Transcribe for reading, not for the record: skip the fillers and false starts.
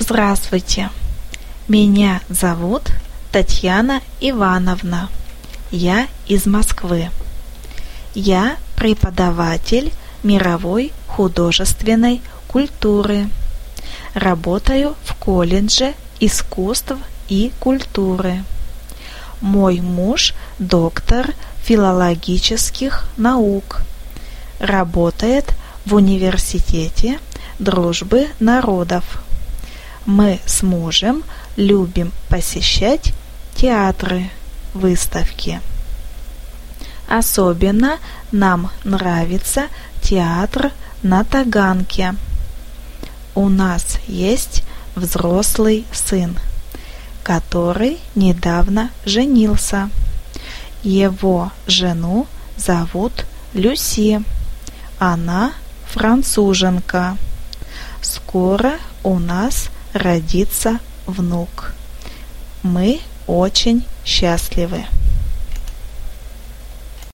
Здравствуйте, меня зовут Татьяна Ивановна. Я из Москвы. Я преподаватель мировой художественной культуры. Работаю в колледже искусств и культуры. Мой муж доктор филологических наук. Работает в Университете дружбы народов. Мы с мужем любим посещать театры, выставки. Особенно нам нравится театр на Таганке. У нас есть взрослый сын, который недавно женился. Его жену зовут Люси. Она француженка. Скоро у нас родится внук. Мы очень счастливы.